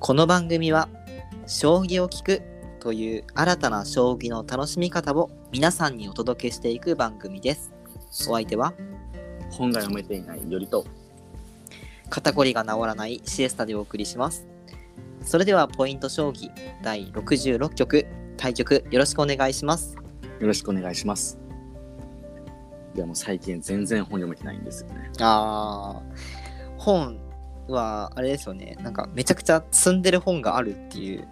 この番組は将棋を聞くという新たな将棋の楽しみ方を皆さんにお届けしていく番組です。お相手は本が読めていないよりと肩こりが治らないシエスタでお送りします。それではポイント将棋第66局対局よろしくお願いします。 よろしくお願いします。いやもう最近全然本読めてないんですよね。 本はあれですよね、なんかめちゃくちゃ積んでる本があるっていう、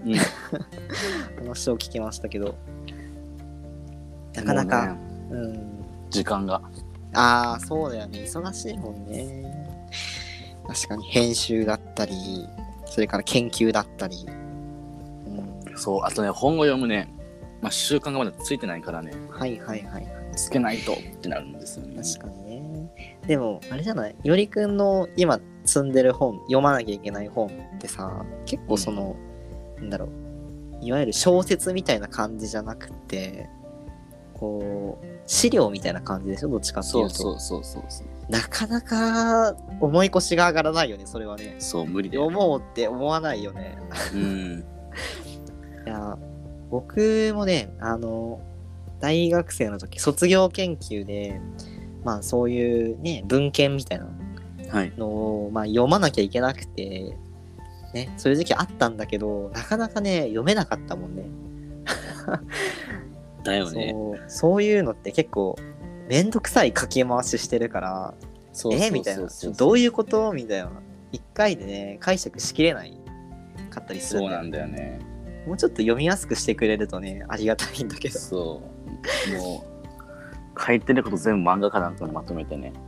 話を聞きましたけど、なかなか、 時間がそうだよね、忙しいもんね。確かに編集だったりそれから研究だったり、 そう、あとね本を読むね、習慣がまだついてないからね、つけないとってなるんですよね。 確かにね。でもあれじゃない、よりくんの今積んでる本、読まなきゃいけない本ってさ、結構その、なんだろう、いわゆる小説みたいな感じじゃなくて、こう資料みたいな感じでしょ、どっちかっていうと。そうなかなか重い腰が上がらないよね、それはね。 そう無理だよ、 読もうって思わないよね。いや僕もね、大学生の時卒業研究でそういうね文献みたいなのを、読まなきゃいけなくてね、そういう時期あったんだけど、なかなかね読めなかったもんね。 だよね。 そういうのって結構めんどくさい書き回ししてるから、みたいな、どういうことみたいな、一回でね解釈しきれないかったりするんだよね。 そうなんだよね。 もうちょっと読みやすくしてくれるとねありがたいんだけど。 そうもう書いてること全部漫画かなんかにまとめてね。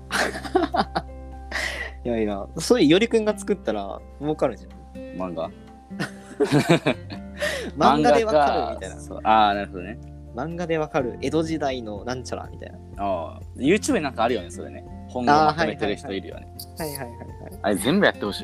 いやそういうよりくんが作ったら儲かるじゃん。 漫画漫画でわかるみたいな。 なるほどね。 漫画でわかる江戸時代のなんちゃらみたいな。 YouTube になんかあるよね、それね。本をまとめてる人いるよね。あれ全部やってほしい。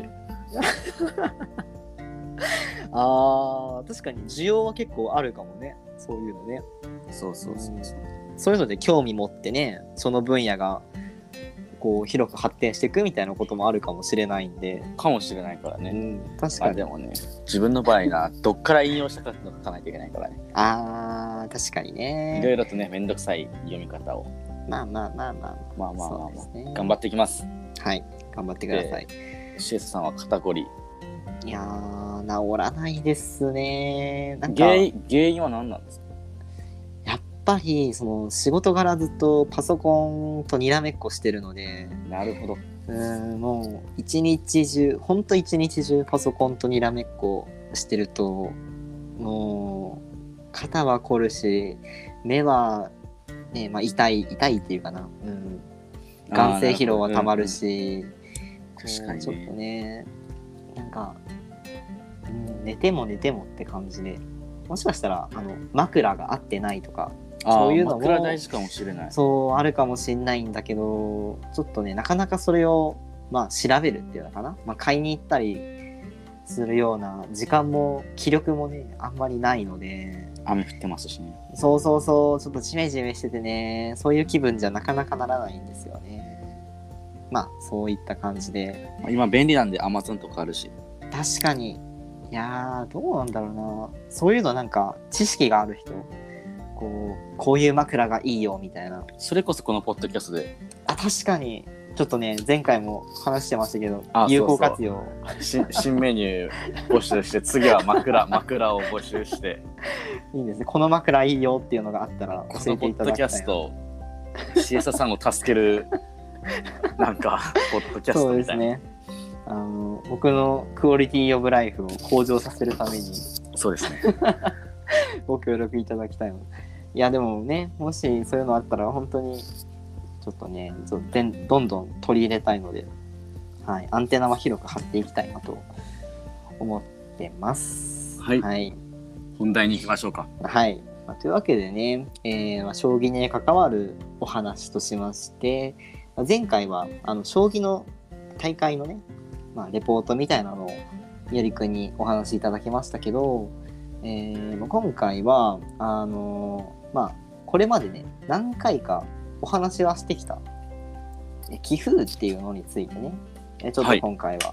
確かに需要は結構あるかもね、そういうのね。そういうので興味持ってね、その分野がこう広く発展していくみたいなこともあるかもしれないんで。 かもしれないからね。 確かに。 でもね、自分の場合な、どっから引用したかってのを書かないといけないからね。 確かにね。 いろいろとね、めんどくさい読み方を。 そうですね。 頑張っていきます。 はい、頑張ってください。 シエスさんは肩こり。 いやー、治らないですね。なんか原因は何なんですか？ やっぱりその仕事柄ずっとパソコンとにらめっこしてるので。 なるほど。 もう一日中パソコンとにらめっこしてると、もう肩は凝るし、目は、ね、痛いっていうかな、眼性疲労はたまるし、 確かにね、 ちょっとね、なんか、寝てもって感じで、もしかしたら枕が合ってないとか、そういうのも枕大事かもしれない。 あるかもしれないんだけど、ちょっとねなかなかそれを調べるっていうのかな、買いに行ったりするような時間も気力もねあんまりないので。 雨降ってますしね。 ちょっとジメジメしててね、そういう気分じゃなかなかならないんですよね。そういった感じで、 今便利なんで Amazon とかあるし。 確かに。いやー、どうなんだろうな、そういうのなんか知識がある人、こういう枕がいいよみたいな。 それこそこのポッドキャストで。 確かに。ちょっとね前回も話してましたけど、有効活用。 新メニュー募集して、次は枕を募集していいんですね。この枕いいよっていうのがあったら教えていただきたいな。このポッドキャスト、シエサさんを助けるなんかポッドキャストみたいな。そうですね。 僕のクオリティオブライフを向上させるために、 そうですね。 ご協力いただきたいの。いやでもね、もしそういうのあったら本当にちょっとね、どんどん取り入れたいので、アンテナは広く張っていきたいなと思ってます。 本題に行きましょうか。 というわけでね、将棋に関わるお話としまして、前回は将棋の大会のね、レポートみたいなのをよりくんにお話しいただきましたけど、今回はこれまでね何回かお話はしてきた棋風っていうのについてね、ちょっと今回は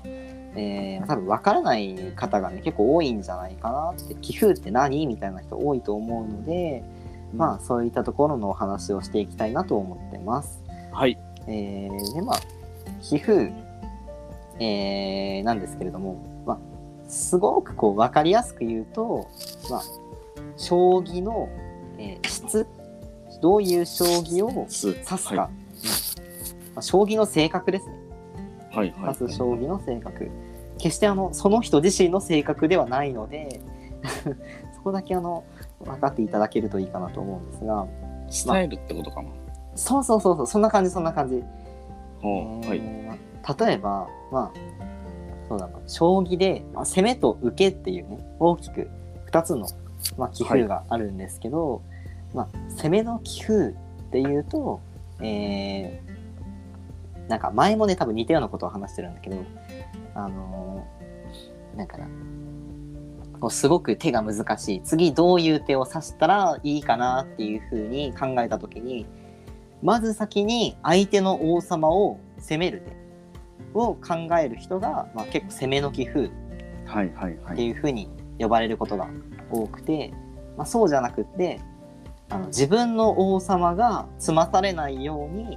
多分分からない方がね結構多いんじゃないかなって、棋風って何みたいな人多いと思うので、まあそういったところのお話をしていきたいなと思ってます。 はい。 でまあ棋風、なんですけれども、まあすごくこう分かりやすく言うと、まあ将棋の、質、どういう将棋を指すか、 はい、 まあ、将棋の性格ですね。 はいはい、 指す将棋の性格、決してその人自身の性格ではないのでそこだけ分かっていただけるといいかなと思うんですが、 スタイルってことかな。 そうそんな感じ。 はい、 例えばまあそうだな、将棋で、攻めと受けっていうね大きく2つの、棋風があるんですけど、攻めの棋風っていうと、なんか前もね多分似たようなことを話してるんだけど、なんかな、こうすごく手が難しい、次どういう手を指したらいいかなっていう風に考えた時に、まず先に相手の王様を攻める手を考える人が、結構攻めの棋風っていう風に呼ばれることが多くて、そうじゃなくって自分の王様が詰まされないように、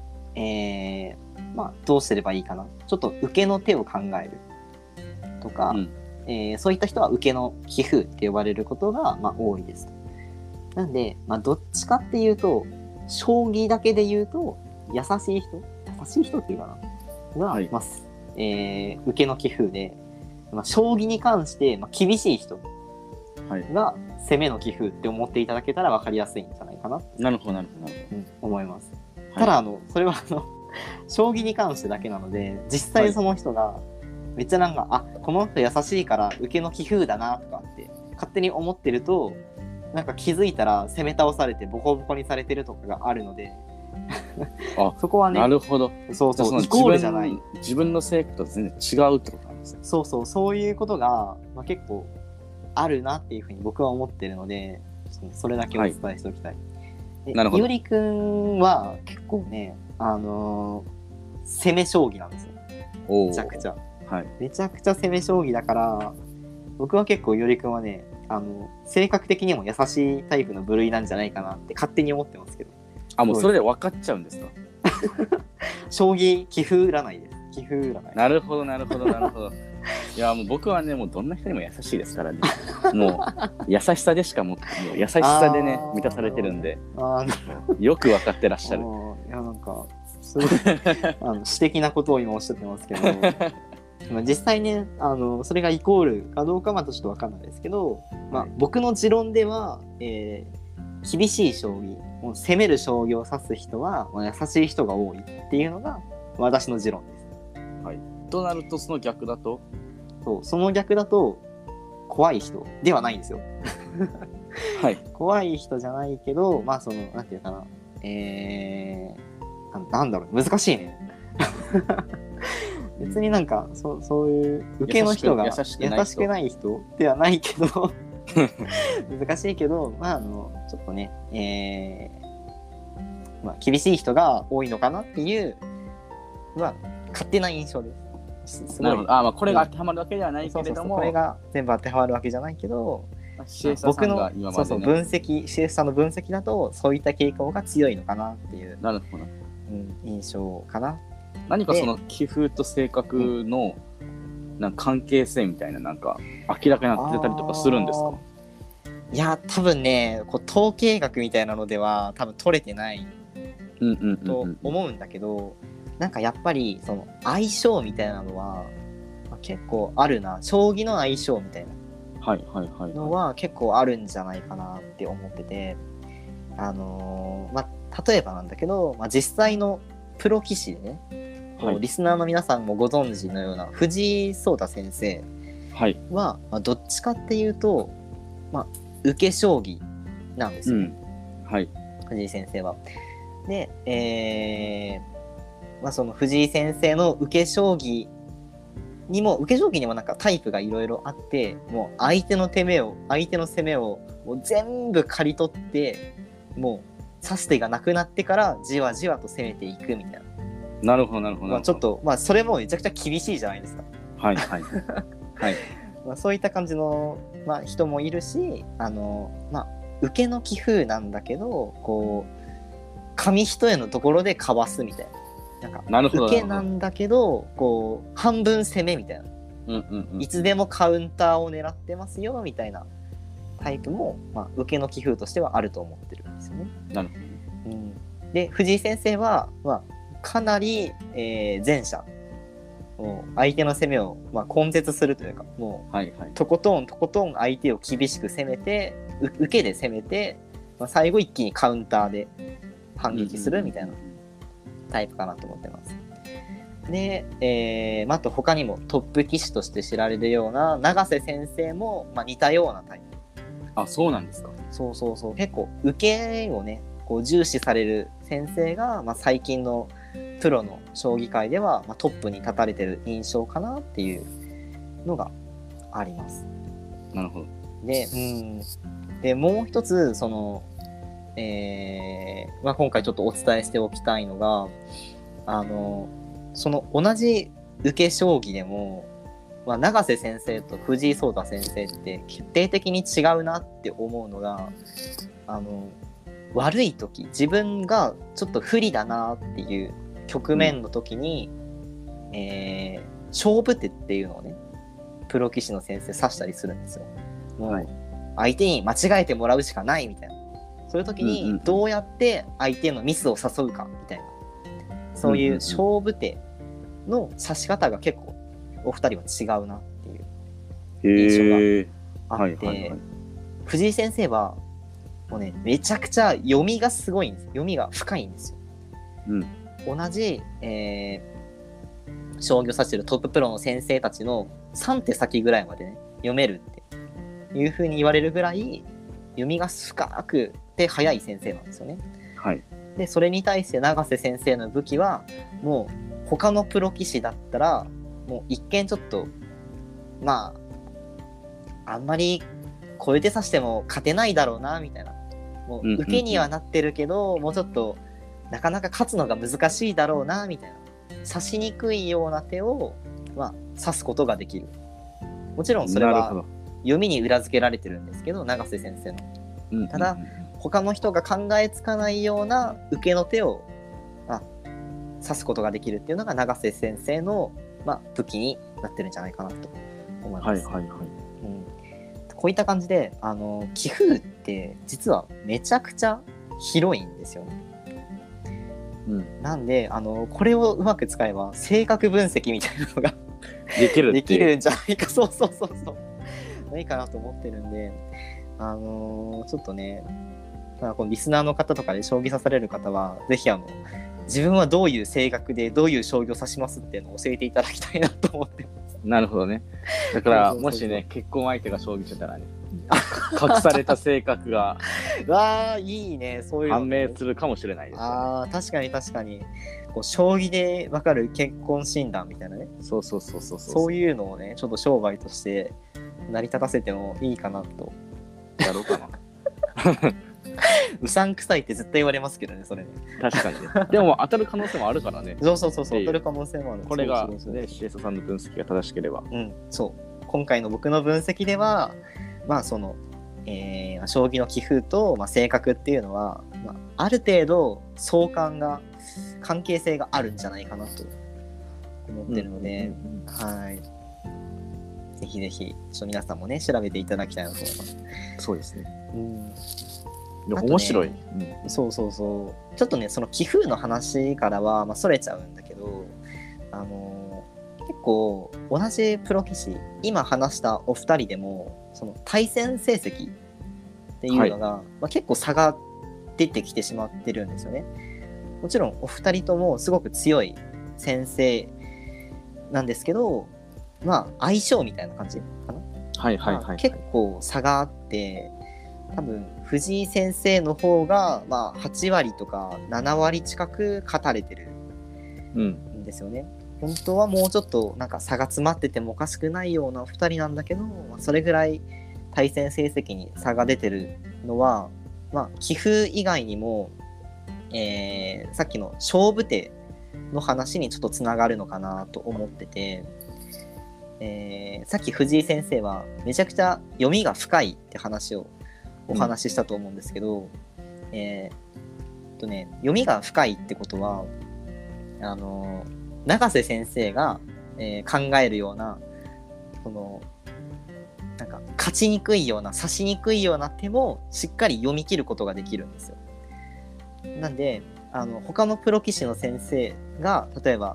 どうすればいいかな、ちょっと受けの手を考えるとか、そういった人は受けの棋風って呼ばれることが、多いです。なんで、どっちかっていうと将棋だけで言うと優しい人っていうかなが、受けの棋風で、将棋に関して、厳しい人が攻めの棋風って思っていただけたら分かりやすいんじゃないかな。 なるほど、 思います。ただそれは将棋に関してだけなので、実際その人がめっちゃなんか、この人優しいから受けの棋風だなとかって勝手に思ってると、なんか気づいたら攻め倒されてボコボコにされてるとかがあるのでそこはね、 なるほど、 そうイコールじゃない、 自分の性格と全然違うってことなんですね。 そういうことが、結構あるなっていうふうに僕は思ってるので、それだけお伝えしておきたい。なるほど。いおりくんは結構ね、攻め将棋なんですよ。めちゃくちゃ、めちゃくちゃ攻め将棋だから、僕は結構いおりくんはね、性格的にも優しいタイプの部類なんじゃないかなって勝手に思ってますけど。 もうそれで分かっちゃうんですか？ 将棋棋風占いです。棋風占い。 なるほど。いやもう僕はね、もうどんな人にも優しいですからね。もう優しさでしかもう優しさでね満たされてるんで、よく分かってらっしゃる。 いやなんかすごい私的なことを今おっしゃってますけど実際ねそれがイコールかどうかはちょっと分かんないですけど、僕の持論では、厳しい将棋、もう攻める将棋を指す人は、優しい人が多いっていうのが私の持論です。 となるとその逆だと、 その逆だと怖い人ではないんですよ。怖い人じゃないけど、なんていうかな、なんだろう、難しいね。別になんかそういう受けの人が優しくない人ではないけど難しいけど、ちょっとね、厳しい人が多いのかなっていう、勝手な印象です。 なるほど。これが当てはまるわけではないけれども、 これが全部当てはまるわけじゃないけど、 僕の今まで、ね、 分析、シエスさんの分析だとそういった傾向が強いのかなっていう、印象かな。 何かその棋風と性格のなんか関係性みたいな、なんか明らかになってたりとかするんですか？ いや多分ね、統計学みたいなのでは多分取れてないと思うんだけど、なんかやっぱりその相性みたいなのは、結構あるな。将棋の相性みたいなのは結構あるんじゃないかなって思ってて、例えばなんだけど、実際のプロ棋士でね、リスナーの皆さんもご存知のような藤井聡太先生は、どっちかっていうと、受け将棋なんですよね、藤井先生は。で、その藤井先生の受け将棋にもなんかタイプがいろいろあって、もう相手の攻めをもう全部刈り取って、もう指す手がなくなってからじわじわと攻めていくみたいな。 なるほど。 ちょっとそれもめちゃくちゃ厳しいじゃないですか。 はいはいはい。 まあ、そういった感じの、まあ、人もいるし、まあ、受けの棋風なんだけどこう紙一重のところでかわすみたいな、なんかなるほど受けなんだけどこう半分攻めみたいな、いつでもカウンターを狙ってますよみたいなタイプも、まあ、受けの棋風としてはあると思ってるんですよね。 なるほど。 で藤井先生は、まあ、かなり、前者もう相手の攻めを、まあ、根絶するというかもう、 はいはい、 とことん相手を厳しく攻めて受けで攻めて、まあ、最後一気にカウンターで反撃するみたいなタイプかなと思ってます。で、あと他にもトップ棋士として知られるような永瀬先生も、まあ、似たようなタイプ。 あ、そうなんですか。 そう結構受けをねこう重視される先生が、まあ、最近のプロの将棋界では、まあ、トップに立たれてる印象かなっていうのがあります。 なるほど。 でもう一つその、まあ、今回ちょっとお伝えしておきたいのがその同じ受け将棋でも、まあ、永瀬先生と藤井聡太先生って決定的に違うなって思うのが悪い時自分がちょっと不利だなっていう局面の時に、勝負手っていうのをねプロ棋士の先生指したりするんですよ。もう相手に間違えてもらうしかないみたいな、そういう時にどうやって相手のミスを誘うかみたいな、そういう勝負手の指し方が結構お二人は違うなっていう印象があって、藤井先生はもうねめちゃくちゃ読みがすごいんです。読みが深いんですよ。同じ、将棋を指してるトッププロの先生たちの3手先ぐらいまでね読めるっていう風に言われるぐらい読みが深くて早い先生なんですよね。でそれに対して永瀬先生の武器はもう他のプロ棋士だったらもう一見ちょっとまああんまりこういう手指しても勝てないだろうなみたいな、もう受けにはなってるけど、もうちょっとなかなか勝つのが難しいだろうなみたいな指しにくいような手を、まあ、指すことができる。もちろんそれは読みに裏付けられてるんですけど永瀬先生の、ただ他の人が考えつかないような受けの手を、指すことができるっていうのが永瀬先生の、武器になってるんじゃないかなと思います。こういった感じで棋風って実はめちゃくちゃ広いんですよね。なんでこれをうまく使えば性格分析みたいなのができるんじゃないかそうないかなと思ってるんでちょっとね、このリスナーの方とかで将棋指される方はぜひ自分はどういう性格でどういう将棋を指しますっていうのを教えていただきたいなと思ってます。 なるほどね。だからもしね結婚相手が将棋してたらね隠された性格がいいね、そういうの判明するかもしれないですよね。 確かにこう将棋で分かる結婚診断みたいなね、そういうのをねちょっと商売として成り立たせてもいいかなと。 やろうかなうさんくさいって絶対言われますけどね、それね。 確かにね。でも当たる可能性もあるからね。 そう当たる可能性もある。 これがね、シエサさんの分析が正しければ。 そう今回の僕の分析ではその、将棋の棋風と、性格っていうのは、ある程度関係性があるんじゃないかなと思ってるので、ぜひぜひちょっと皆さんもね調べていただきたいなと思います。 そうですね。面白い。 そうちょっとねその棋風の話からはそれちゃうんだけど結構同じプロ棋士今話したお二人でもその対戦成績っていうのが、結構差が出てきてしまってるんですよね。もちろんお二人ともすごく強い先生なんですけど相性みたいな感じかな。結構差があって多分藤井先生の方が8割とか7割近く勝たれてるんですよね。本当はもうちょっとなんか差が詰まっててもおかしくないような2人なんだけど、それぐらい対戦成績に差が出てるのは、棋風以外にも、さっきの勝負手の話にちょっとつながるのかなと思ってて、 さっき藤井先生はめちゃくちゃ読みが深いって話をお話ししたと思うんですけど、読みが深いってことは永瀬先生が、考えるようなそのなんか勝ちにくいような指しにくいような手もしっかり読み切ることができるんですよ。なんで他のプロ棋士の先生が例えば、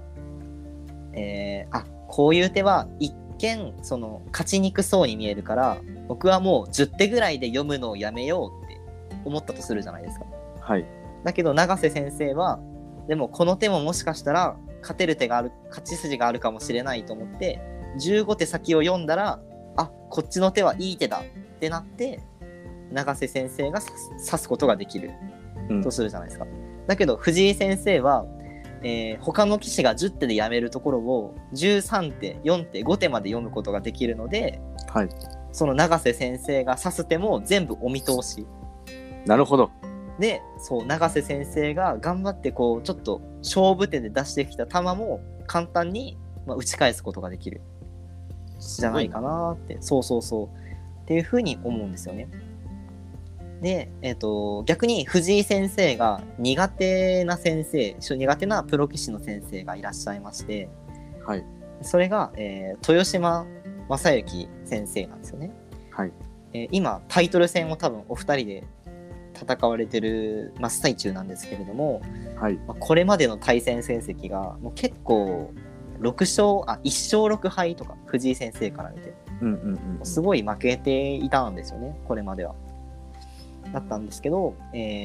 こういう手は一見その勝ちにくそうに見えるから僕はもう10手ぐらいで読むのをやめようって思ったとするじゃないですか。 はい。 だけど永瀬先生はでもこの手ももしかしたら勝ち筋があるかもしれないと思って15手先を読んだらこっちの手はいい手だってなって永瀬先生が指すことができるとするじゃないですか。だけど藤井先生は、他の棋士が10手でやめるところを13手4手5手まで読むことができるので、 はい、 その永瀬先生が指す手も全部お見通し。 なるほど。 でそう永瀬先生が頑張ってこうちょっと勝負手で出してきた球も簡単に、打ち返すことができるじゃないかなって、そうっていうふうに思うんですよね。で、逆に藤井先生が苦手なプロ棋士の先生がいらっしゃいまして、 はい、 それが、豊島将之先生なんですよね。 はい、 今タイトル戦を多分お二人で戦われてる真っ最中なんですけれども、 はい、 これまでの対戦成績がもう結構1勝6敗とか藤井先生から見て、すごい負けていたんですよね、これまでは。だったんですけど、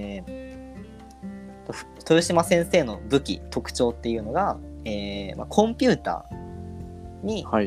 豊島先生の武器特徴っていうのが、コンピューターに、はい、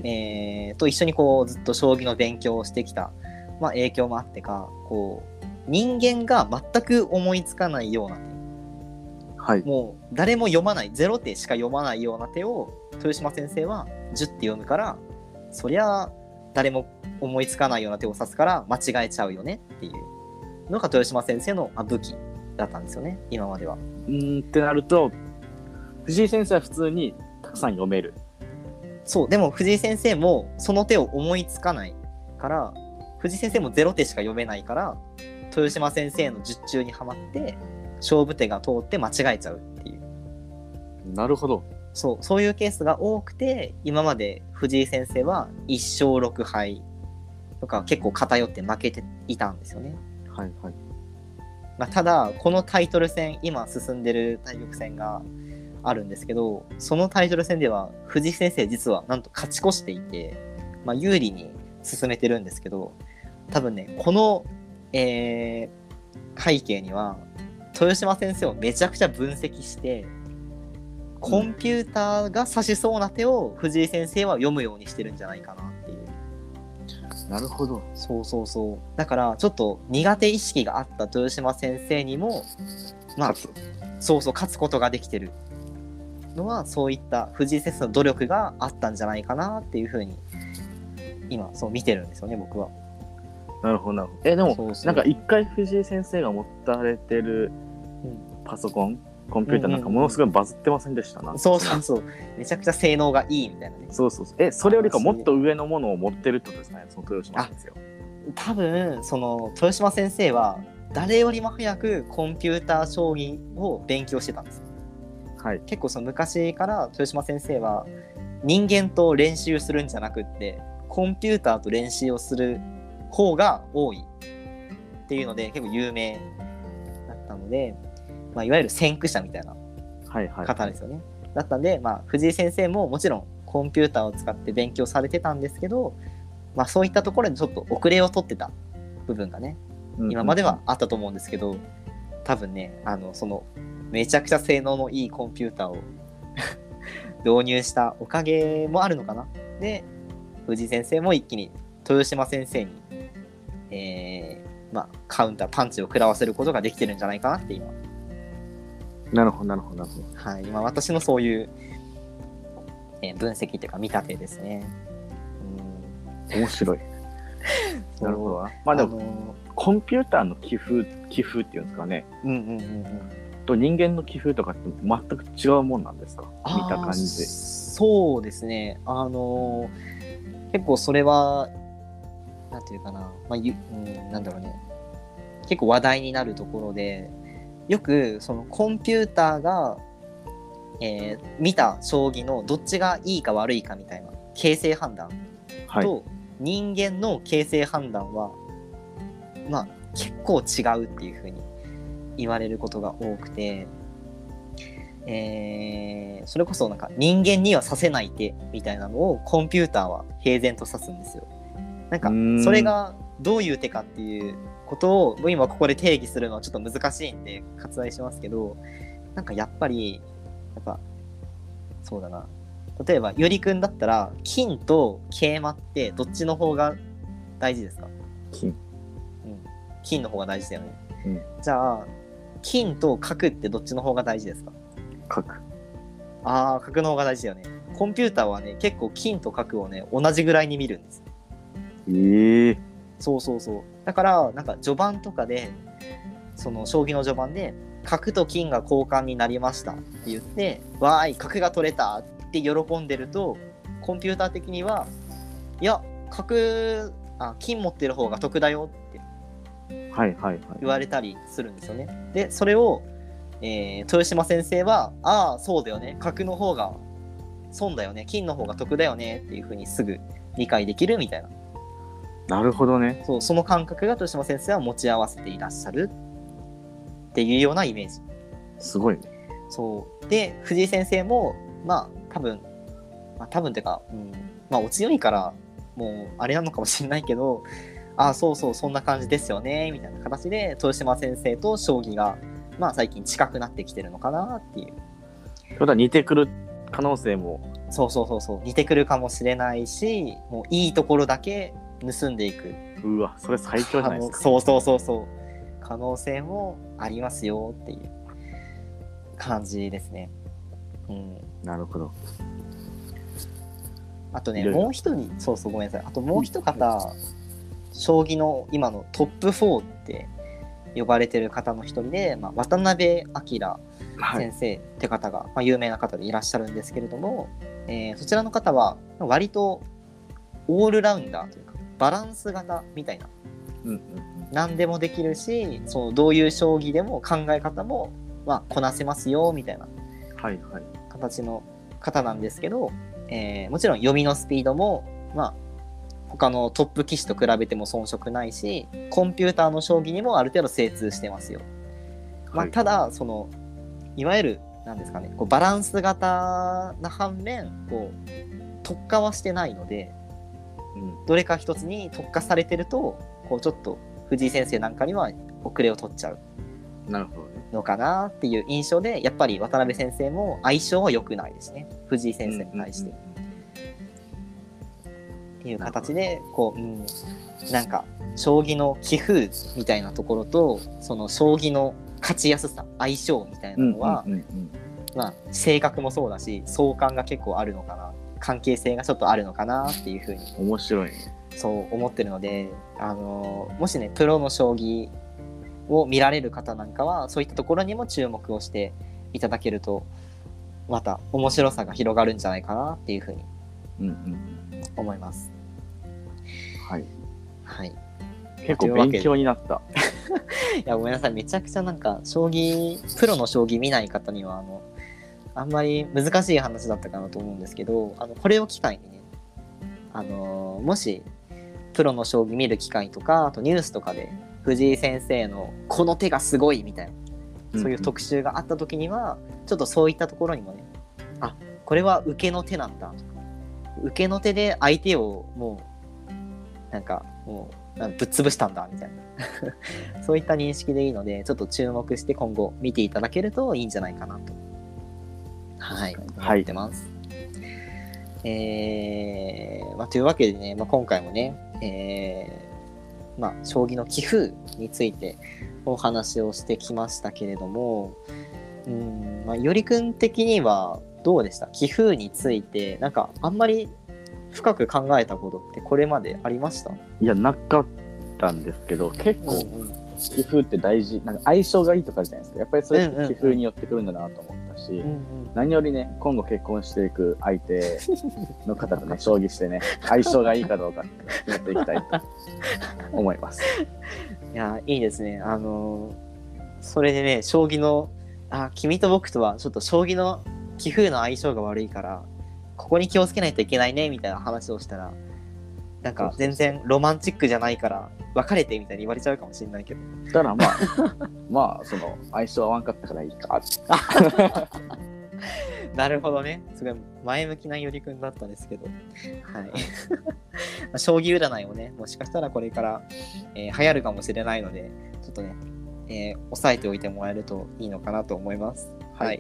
と一緒にこうずっと将棋の勉強をしてきた、影響もあってかこう人間が全く思いつかないような手、はい、もう誰も読まない0手しか読まないような手を豊島先生は10手読むからそりゃ誰も思いつかないような手を指すから間違えちゃうよねっていうのが豊島先生の武器だったんですよね、今までは。 ってなると藤井先生は普通にたくさん読める。 そうでも藤井先生もその手を思いつかないから藤井先生も0手しか読めないから豊島先生の術中にはまって勝負手が通って間違えちゃうっていう。 なるほど。 そういうケースが多くて今まで藤井先生は1勝6敗とか結構偏って負けていたんですよね。 はいはい。 ただこのタイトル戦今進んでる対局戦があるんですけどそのタイトル戦では藤井先生実はなんと勝ち越していて、有利に進めてるんですけど多分ねこの背景には豊島先生をめちゃくちゃ分析してコンピューターが指しそうな手を藤井先生は読むようにしてるんじゃないかなっていう。 なるほど。 そうだからちょっと苦手意識があった豊島先生にも勝つことができてるのはそういった藤井先生の努力があったんじゃないかなっていうふうに今そう見てるんですよね、僕は。 なるほどなるほど。でもなんか一回藤井先生が持たれてるパソコン、コンピューターなんかものすごいバズってませんでした？ そうめちゃくちゃ性能がいいみたいなね。 そうそれよりかもっと上のものを持ってるってことですかね、その豊島先生は。 多分その豊島先生は誰よりも早くコンピューター将棋を勉強してたんです。はい、結構その昔から豊島先生は人間と練習するんじゃなくってコンピューターと練習をする方が多いっていうので結構有名だったので、いわゆる先駆者みたいな方ですよね。だったんで、藤井先生ももちろんコンピューターを使って勉強されてたんですけど、そういったところでちょっと遅れを取ってた部分がね、今まではあったと思うんですけど、多分ねそのめちゃくちゃ性能のいいコンピューターを導入したおかげもあるのかな。で藤井先生も一気に豊島先生に、カウンターパンチを食らわせることができてるんじゃないかなって今。 なるほど。 はい、今私のそういう、分析というか見立てですね。 面白い。なるほど。でも、コンピューターの棋風っていうんですかね。と人間の棋風とかって全く違うもんなんですか？見た感じで。 そうですね。 結構それはなんていうかな、なんだろうね、結構話題になるところで、よくそのコンピューターが、見た将棋のどっちがいいか悪いかみたいな形勢判断と、人間の形勢判断は結構違うっていう風に言われることが多くて、それこそなんか人間には指せない手みたいなのをコンピューターは平然と指すんですよ。なんかそれがどういう手かっていうことを今ここで定義するのはちょっと難しいんで割愛しますけど、なんかやっぱそうだな、例えばよりくんだったら金と桂馬ってどっちの方が大事ですか？金の方が大事だよね、じゃあ金と角ってどっちの方が大事ですか？ 角。 角の方が大事だよね。コンピューターはね結構金と角をね同じぐらいに見るんです。そうだからなんか序盤とかでその将棋の序盤で角と金が交換になりましたって言ってわーい角が取れたって喜んでると、コンピューター的にはいや金持ってる方が得だよって言われたりするんですよね。でそれを、豊島先生はそうだよね、角の方が損だよね、金の方が得だよねっていう風にすぐ理解できるみたいな。 なるほどね。 その感覚が豊島先生は持ち合わせていらっしゃるっていうようなイメージ。 すごいね。 そうで藤井先生も多分っていうか、お強いからもうあれなのかもしれないけど、そうそんな感じですよねみたいな形で豊島先生と将棋が最近近くなってきてるのかなっていう。 それは似てくる可能性も。 そう似てくるかもしれないし、もういいところだけ盗んでいく。 うわ、それ最強じゃないですか。 そう可能性もありますよっていう感じですね。 なるほど。 あとね、もう一人、ごめんなさい。あともう一方、将棋の今のトップ4って呼ばれてる方の一人で、渡辺明先生って方が、有名な方でいらっしゃるんですけれども、そちらの方は割とオールラウンダーというかバランス型みたいな、何でもできるし、どういう将棋でも考え方もこなせますよみたいな形の方なんですけど、もちろん読みのスピードも他のトップ棋士と比べても遜色ないし、コンピューターの将棋にもある程度精通してますよ。ただいわゆるなんですかね、バランス型な反面特化はしてないので、どれか一つに特化されてるとちょっと藤井先生なんかには遅れを取っちゃうのかなっていう印象で、やっぱり渡辺先生も相性は良くないですね、藤井先生に対して。っていう形でなんか将棋の棋風みたいなところとその将棋の勝ちやすさ、相性みたいなのは、性格もそうだし相関が結構あるのかな、関係性がちょっとあるのかなっていうふうに面白いね。 そう思ってるので、もしねプロの将棋を見られる方なんかはそういったところにも注目をしていただけるとまた面白さが広がるんじゃないかなっていうふうに思います。 結構勉強になった。 いやごめんなさい、めちゃくちゃなんかプロの将棋見ない方にはあんまり難しい話だったかなと思うんですけど、これを機会にね、もしプロの将棋見る機会とか、あとニュースとかで藤井先生のこの手がすごいみたいな、そういう特集があった時には、ちょっとそういったところにもね、これは受けの手なんだとか、受けの手で相手をもうぶっ潰したんだみたいなそういった認識でいいので、ちょっと注目して今後見ていただけるといいんじゃないかなと思ってます。というわけでね、今回もね、将棋の棋風についてお話をしてきましたけれども、よりくん的にはどうでした？棋風についてなんかあんまり深く考えたことってこれまでありました？ いや、なかったんですけど、結構棋風って大事、なんか相性がいいとかじゃないですか。やっぱりそれって棋風によってくるんだなと思ったし、 し、 うんうん、 何よりね今後結婚していく相手の方とね将棋してね相性がいいかどうか決めていきたいと思います。 いやいいですね。それでね将棋の君と僕とはちょっと将棋の棋風の相性が悪いからここに気をつけないといけないねみたいな話をしたらなんか全然ロマンチックじゃないから別れてみたいに言われちゃうかもしれないけど、 だからまあその相性合わんかったからいいかなるほどね。すごい前向きなよりくんだったんですけど、はい将棋占いをねもしかしたらこれから、流行るかもしれないのでちょっとね、押さえておいてもらえるといいのかなと思います。はい、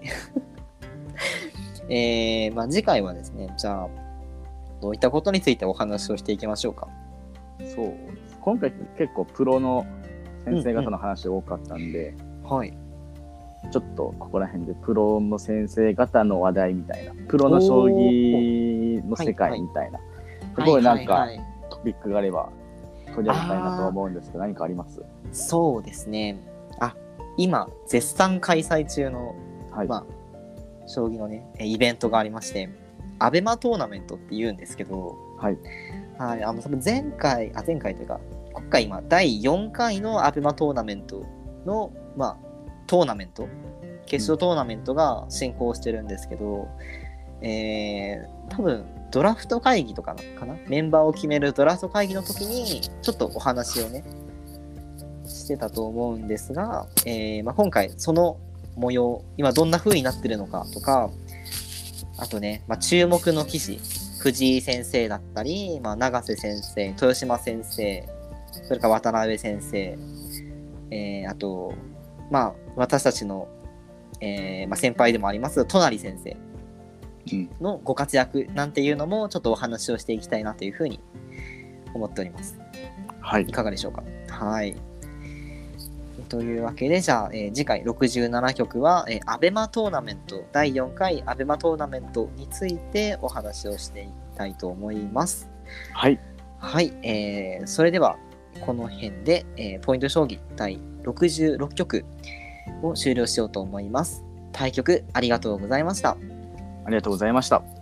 次回はですねじゃあどういったことについてお話をしていきましょうか。 そう今回結構プロの先生方の話多かったんで、 はい、 ちょっとここら辺でプロの先生方の話題みたいなプロの将棋の世界みたいなところでなんかトピックがあれば取り上げたいなと思うんですけど何かあります？ そうですね今絶賛開催中の、将棋のねイベントがありましてアベマトーナメントって言うんですけど、 はい、 多分前回というか今回今第4回のアベマトーナメントのトーナメント決勝トーナメントが進行してるんですけど、多分ドラフト会議とかかなメンバーを決めるドラフト会議の時にちょっとお話をねしてたと思うんですが、今回その模様今どんな風になってるのかとかあとね、注目の棋士藤井先生だったり、永瀬先生豊島先生それから渡辺先生、あと私たちの、先輩でもあります都成先生のご活躍なんていうのもちょっとお話をしていきたいなというふうに思っております。 はい。 いかがでしょうか。はい。というわけでじゃあ、次回67局は、アベマトーナメント第4回アベマトーナメントについてお話をしていきたいと思います。 はい。 はい。それではこの辺で、ポイント将棋第66局を終了しようと思います。対局ありがとうございました。 ありがとうございました。